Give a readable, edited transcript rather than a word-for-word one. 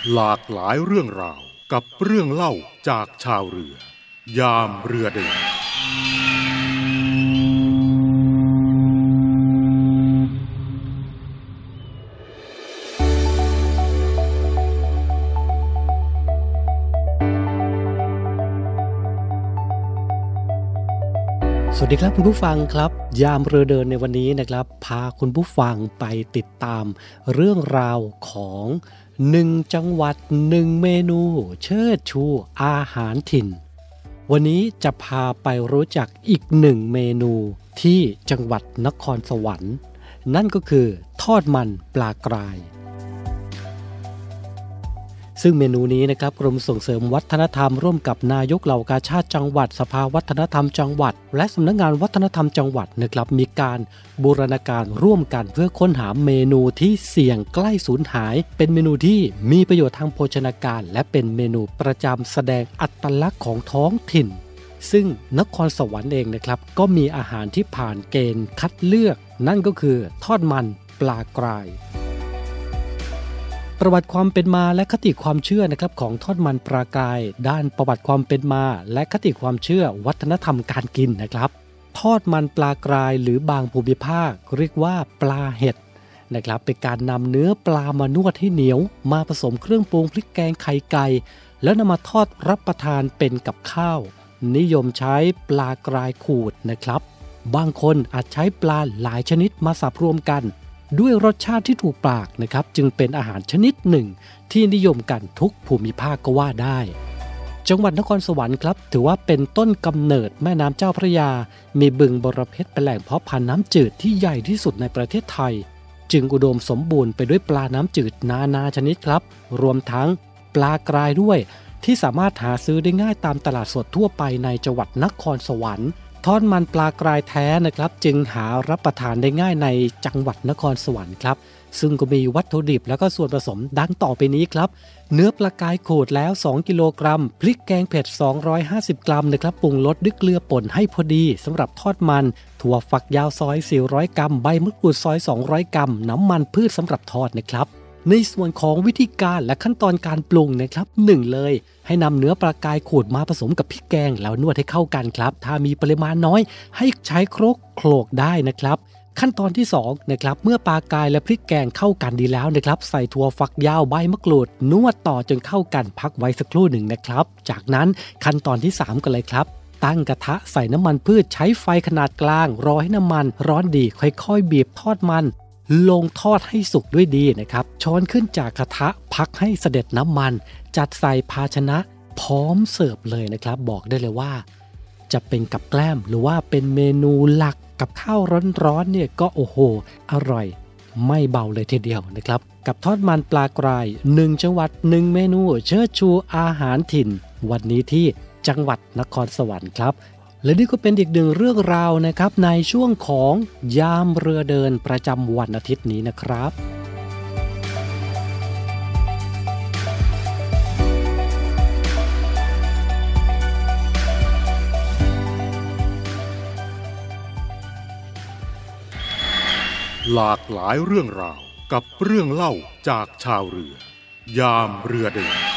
หลากหลายเรื่องราวกับเรื่องเล่าจากชาวเรือยามเรือเดินสวัสดีครับคุณผู้ฟังครับยามเรือเดินในวันนี้นะครับพาคุณผู้ฟังไปติดตามเรื่องราวของ1จังหวัด1เมนูเชิดชูอาหารถิ่นวันนี้จะพาไปรู้จักอีก1เมนูที่จังหวัดนครสวรรค์นั่นก็คือทอดมันปลากรายซึ่งเมนูนี้นะครับกรมส่งเสริมวัฒนธรรมร่วมกับนายกเหล่ากาชาติจังหวัดสภาวัฒนธรรมจังหวัดและสำนักงานวัฒนธรรมจังหวัดนะครับมีการบูรณาการร่วมกันเพื่อค้นหาเมนูที่เสี่ยงใกล้สูญหายเป็นเมนูที่มีประโยชน์ทางโภชนาการและเป็นเมนูประจำแสดงอัตลักษณ์ของท้องถิ่นซึ่งนครสวรรค์เองนะครับก็มีอาหารที่ผ่านเกณฑ์คัดเลือกนั่นก็คือทอดมันปลากรายประวัติความเป็นมาและคติความเชื่อนะครับของทอดมันปลากรายด้านประวัติความเป็นมาและคติความเชื่อวัฒนธรรมการกินนะครับทอดมันปลากรายหรือบางภูมิภาคเรียกว่าปลาเห็ดนะครับเป็นการนำเนื้อปลามานวดให้เหนียวมาผสมเครื่องปรุงพริกแกงไข่ไก่แล้วนำมาทอดรับประทานเป็นกับข้าวนิยมใช้ปลากรายขูดนะครับบางคนอาจใช้ปลาหลายชนิดมาสับรวมกันด้วยรสชาติที่ถูกปากนะครับจึงเป็นอาหารชนิดหนึ่งที่นิยมกันทุกภูมิภาคก็ว่าได้จังหวัดนครสวรรค์ครับถือว่าเป็นต้นกำเนิดแม่น้ำเจ้าพระยามีบึงบรเพชรเป็นแหล่งเพาะพันธุ์น้ำจืดที่ใหญ่ที่สุดในประเทศไทยจึงอุดมสมบูรณ์ไปด้วยปลาน้ำจืดนานาชนิดครับรวมทั้งปลากรายด้วยที่สามารถหาซื้อได้ง่ายตามตลาดสดทั่วไปในจังหวัดนครสวรรค์ทอดมันปลากรายแท้นะครับจึงหารับประทานได้ง่ายในจังหวัดนครสวรรค์ครับซึ่งก็มีวัตถุดิบแล้วก็ส่วนผสมดังต่อไปนี้ครับเนื้อปลากรายขูดแล้ว2กิโลกรัมพริกแกงเผ็ด250กรัมนะครับปรุงรสด้วยเกลือป่นให้พอดีสำหรับทอดมันถั่วฝักยาวซอย400กรัมใบมะกรูดซอย200กรัมน้ำมันพืชสำหรับทอดนะครับในส่วนของวิธีการและขั้นตอนการปรุงนะครับ1เลยให้นำเนื้อปลากรายขูดมาผสมกับพริกแกงแล้วนวดให้เข้ากันครับถ้ามีปริมาณน้อยให้ใช้ครกโขลกได้นะครับขั้นตอนที่2นะครับเมื่อปลากรายและพริกแกงเข้ากันดีแล้วนะครับใส่ถั่วฝักยาวใบมะกรูดนวดต่อจนเข้ากันพักไว้สักครู่หนึ่งนะครับจากนั้นขั้นตอนที่3กันเลยครับตั้งกระทะใส่น้ำมันพืชใช้ไฟขนาดกลางรอให้น้ำมันร้อนดีค่อยๆบีบทอดมันลงทอดให้สุกด้วยดีนะครับช้อนขึ้นจากกระทะพักให้เสด็จน้ำมันจัดใส่ภาชนะพร้อมเสิร์ฟเลยนะครับบอกได้เลยว่าจะเป็นกับแกล้มหรือว่าเป็นเมนูหลักกับข้าวร้อนๆเนี่ยก็โอ้โหอร่อยไม่เบาเลยทีเดียวนะครับกับทอดมันปลากราย1จังหวัด1เมนูเชิดชูอาหารถิ่นวันนี้ที่จังหวัดนครสวรรค์ครับและนี่ก็เป็นอีกหนึ่งเรื่องราวนะครับในช่วงของยามเรือเดินประจำวันอาทิตย์นี้นะครับหลากหลายเรื่องราวกับเรื่องเล่าจากชาวเรือยามเรือเดิน